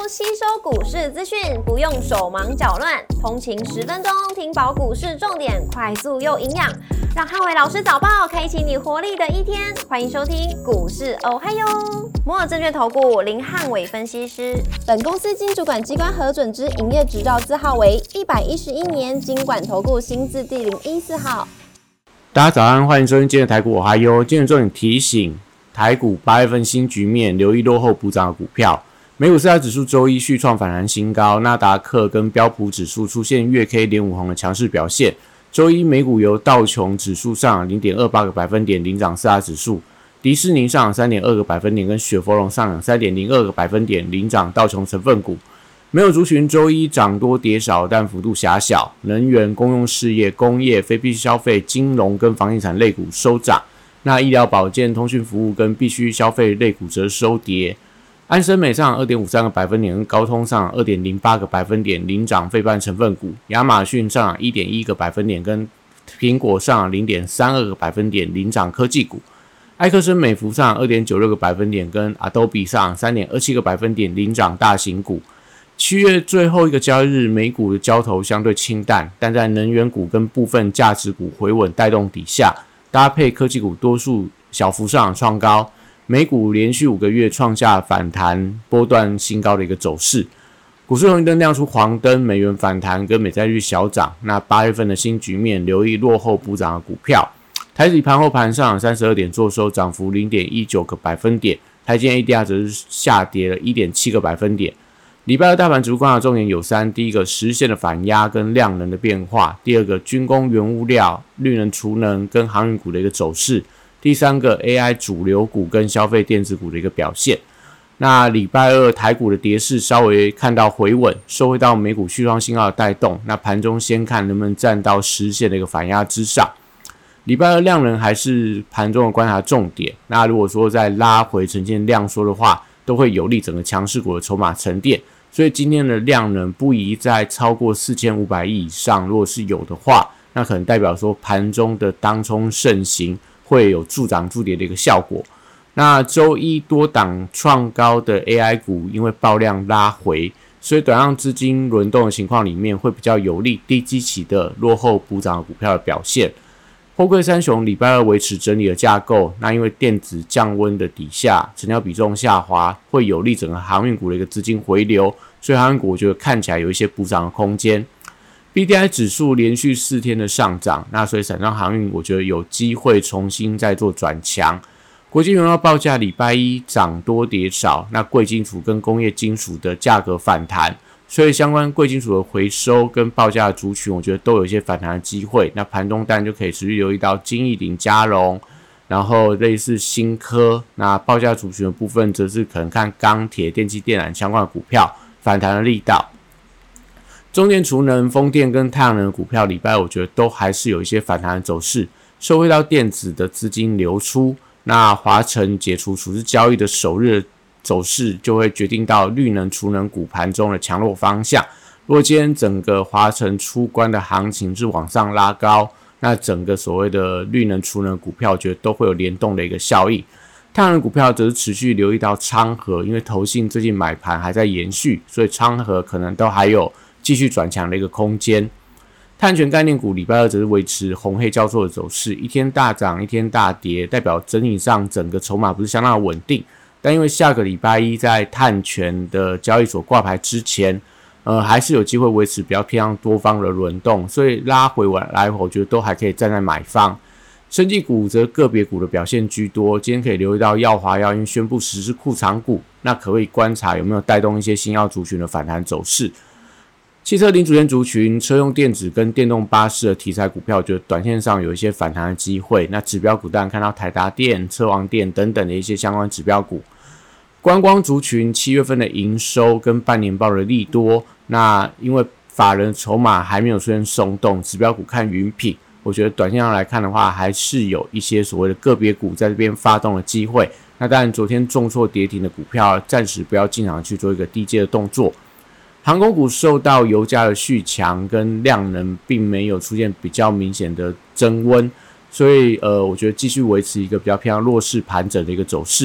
吸收股市资讯，不用手忙脚乱，通勤10分钟听饱股市重点，快速又营养，让汉伟老师早报开启你活力的一天。欢迎收听股市哦嗨哟，摩尔证券投顾林汉伟分析师。本公司经主管机关核准之营业执照字号为111年金管投顾新字第014号。 大家早安，欢迎收听今天的台股哦嗨哟。今天重点提醒，台股8月份新局面，留意落后补涨的股票。美股四大指数周一续创反弹新高，纳达克跟标普指数出现月 K 连五红的强势表现。周一美股由道琼指数上涨 0.28 个百分点领涨四大指数，迪士尼上涨 3.2 个百分点，跟雪佛龙上涨 3.02 个百分点领涨道琼成分股。没有族群周一涨多跌少，但幅度狭小，能源、公用事业、工业、非必需消费、金融跟房地产类股收涨。那医疗保健、通讯服务跟必需消费类股则收跌。安森美上涨 2.53 个百分点，跟高通上涨 2.08 个百分点领涨费半成分股。亚马逊上涨 1.1 个百分点，跟苹果上涨 0.32 个百分点领涨科技股。埃克森美孚上涨 2.96 个百分点，跟 Adobe 上涨 3.27 个百分点领涨大型股。7月最后一个交易日，美股的交投相对清淡，但在能源股跟部分价值股回稳带动底下，搭配科技股多数小幅上涨创高，美股连续5个月创下反弹波段新高的一个走势。股市红绿灯亮出黄灯，美元反弹跟美债率小涨。那8月份的新局面，留意落后补涨的股票。台指盘后盘上涨32点做收，涨幅 0.19 个百分点。台积电 ADR 则是下跌了 1.7 个百分点。礼拜二大盘指数观察重点有3：第一个，实现的反压跟量能的变化；第二个，军工、原物料、绿能、储能跟航运股的一个走势；第三个 ，AI 主流股跟消费电子股的一个表现。那礼拜二台股的跌势稍微看到回稳，收回到美股续创新高的带动。那盘中先看能不能站到实现的一个反压之上。礼拜二量能还是盘中的观察重点。那如果说在拉回呈现量缩的话，都会有利整个强势股的筹码沉淀。所以今天的量能不宜在超过4500亿以上，如果是有的话，那可能代表说盘中的当冲盛行会有助涨助跌的一个效果。那周一多档创高的 AI 股因为爆量拉回，所以短量资金轮动的情况里面会比较有利低基期的落后补涨的股票的表现。货柜三雄礼拜二维持整理的架构，那因为电子降温的底下，成交比重下滑，会有利整个航运股的一个资金回流，所以航运股我觉得看起来有一些补涨的空间。BDI 指数连续4天的上涨，那所以散装航运我觉得有机会重新再做转强。国际原料报价礼拜一涨多跌少，那贵金属跟工业金属的价格反弹，所以相关贵金属的回收跟报价的族群，我觉得都有一些反弹的机会。那盘中当然就可以持续留意到金益鼎、嘉荣，然后类似新科。那报价族群的部分，则是可能看钢铁、电气电缆相关的股票反弹的力道。中电、储能、风电跟太阳能的股票，礼拜我觉得都还是有一些反弹的走势，受惠到电子的资金流出。那华城解除处置交易的首日的走势就会决定到绿能、储能股盘中的强弱方向。如果今天整个华城出关的行情是往上拉高，那整个所谓的绿能、储能股票，我觉得都会有联动的一个效应。太阳能股票则是持续留意到昌河，因为投信最近买盘还在延续，所以昌河可能都还有继续转强的一个空间。碳权概念股礼拜二则是维持红黑交错的走势，一天大涨一天大跌，代表整体上整个筹码不是相当的稳定。但因为下个礼拜一在碳权的交易所挂牌之前，还是有机会维持比较偏向多方的轮动，所以拉回来我觉得都还可以站在买方。生技股则个别股的表现居多，今天可以留意到耀华药因宣布实施库藏股，那可以观察有没有带动一些新药族群的反弹走势。汽车零组件族群、车用电子跟电动巴士的题材股票，我觉得短线上有一些反弹的机会。那指标股当然看到台达电、车王电等等的一些相关指标股。观光族群7月份的营收跟半年报的利多，那因为法人筹码还没有出现松动，指标股看云品，我觉得短线上来看的话，还是有一些所谓的个别股在这边发动的机会。那当然昨天重挫跌停的股票，暂时不要进场去做一个低阶的动作。航空股受到油价的续强跟量能并没有出现比较明显的增温，所以我觉得继续维持一个比较偏向弱势盘整的一个走势。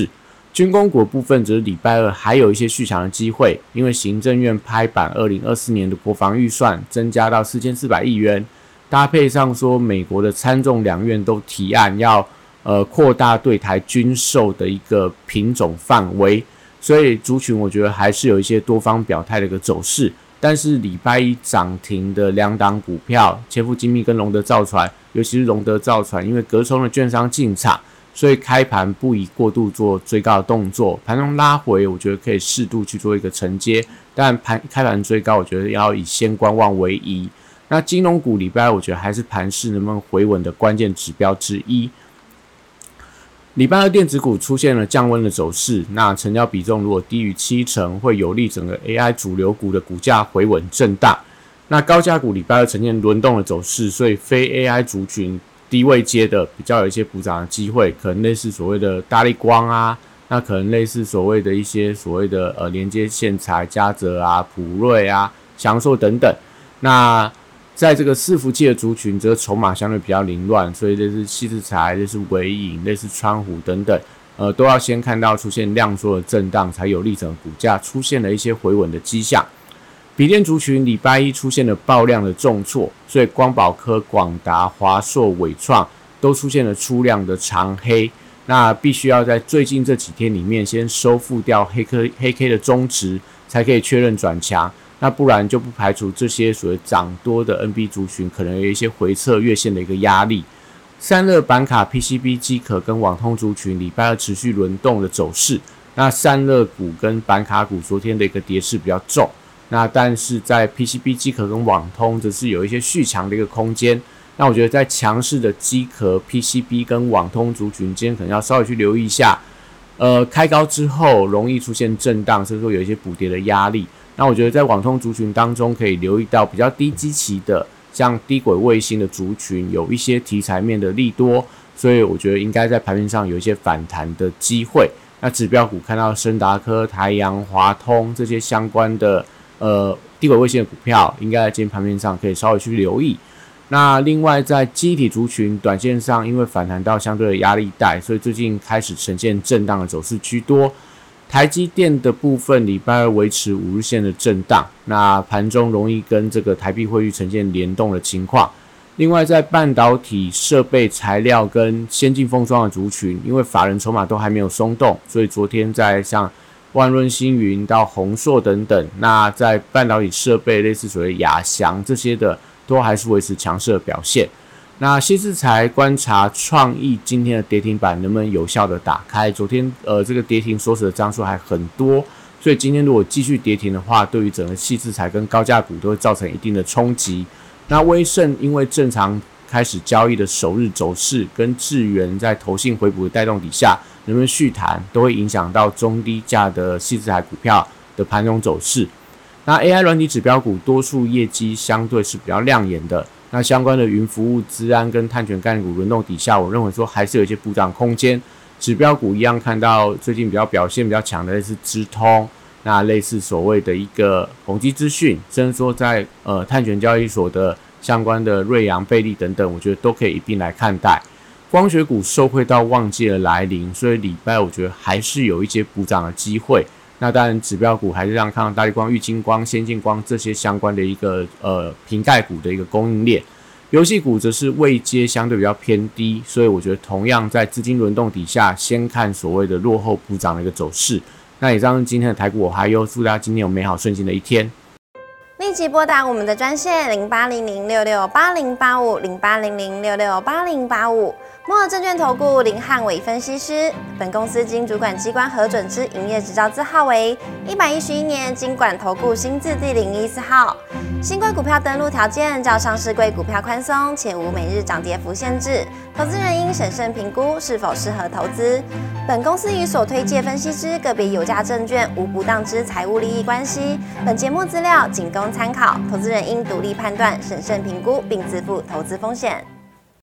军工股的部分则是礼拜二还有一些续强的机会，因为行政院拍板2024年的国防预算增加到4400亿元，搭配上说美国的参众两院都提案要扩大对台军售的一个品种范围，所以族群我觉得还是有一些多方表态的一个走势。但是礼拜一涨停的两档股票，千富精密跟龙德造船，尤其是龙德造船，因为隔冲的券商进场，所以开盘不宜过度做追高的动作，盘中拉回我觉得可以适度去做一个承接，但开盘追高我觉得要以先观望为宜。那金融股礼拜二我觉得还是盘势能不能回稳的关键指标之一。礼拜二电子股出现了降温的走势，那成交比重如果低于70%，会有利整个 AI 主流股的股价回稳震荡。那高价股礼拜二呈现轮动的走势，所以非 AI 族群低位阶的比较有一些补涨的机会，可能类似所谓的大立光啊，那可能类似所谓的一些所谓的连接线材、嘉泽啊、普瑞啊、祥硕等等。那在这个伺服器的族群，则筹码相对比较凌乱，所以类似矽智财、类似微影、类似川湖等等，都要先看到出现量缩的震荡，才有利整个股价出现了一些回稳的迹象。笔电族群礼拜一出现了爆量的重挫，所以光宝科、广达、华硕、伟创都出现了出量的长黑，那必须要在最近这几天里面先收复掉黑 K 的中值，才可以确认转强。那不然就不排除这些所谓涨多的 NB 族群可能有一些回测月线的一个压力。散热板卡、PCB 机壳跟网通族群礼拜二持续轮动的走势，那散热股跟板卡股昨天的一个跌势比较重，那但是在 PCB 机壳跟网通则是有一些续强的一个空间。那我觉得在强势的机壳、PCB 跟网通族群今天可能要稍微去留意一下，开高之后容易出现震荡，甚至说有一些补跌的压力。那我觉得在网通族群当中可以留意到比较低基期的，像低轨卫星的族群有一些题材面的利多，所以我觉得应该在盘面上有一些反弹的机会。那指标股看到昇達科、台陽、華通这些相关的低轨卫星的股票，应该在今天盘面上可以稍微去留意。那另外在记忆体族群短线上，因为反弹到相对的压力带，所以最近开始呈现震荡的走势居多。台积电的部分礼拜二维持5日线的震荡，那盘中容易跟这个台币汇率呈现联动的情况。另外在半导体设备材料跟先进封装的族群，因为法人筹码都还没有松动，所以昨天在像万润星云到宏硕等等，那在半导体设备类似所谓亚翔这些的都还是维持强势的表现。那矽智财观察创意今天的跌停板能不能有效的打开，昨天这个跌停锁死的张数还很多，所以今天如果继续跌停的话，对于整个矽智财跟高价股都会造成一定的冲击。那威盛因为正常开始交易的首日走势跟智原在投信回补的带动底下能不能续弹，都会影响到中低价的矽智财股票的盘中走势。那 AI 软体指标股多数业绩相对是比较亮眼的，那相关的云服务、资安跟碳权概念股轮动底下，我认为说还是有一些补涨空间。指标股一样看到最近比较表现比较强的类似资通，那类似所谓的一个宏基资讯，甚至说在碳权交易所的相关的瑞阳、贝利等等，我觉得都可以一并来看待。光学股受惠到旺季的来临，所以礼拜我觉得还是有一些补涨的机会。那当然指标股还是让看到大立光、玉晶光、先进光这些相关的一个瓶盖股的一个供应链。游戏股则是位阶相对比较偏低，所以我觉得同样在资金轮动底下，先看所谓的落后补涨的一个走势。那以上是今天的台股我还有，祝大家今天有美好顺心的一天。 立即拨打我们的专线08006680850800668085。摩尔证券投顾林汉伟分析师，本公司经主管机关核准之营业执照字号为111年金管投顾新字第014号。新规股票登录条件较上市柜股票宽松，且无每日涨跌幅限制，投资人应审慎评估是否适合投资。本公司与所推介分析之个别有价证券无不当之财务利益关系。本节目资料仅供参考，投资人应独立判断、审慎评估，并自负投资风险。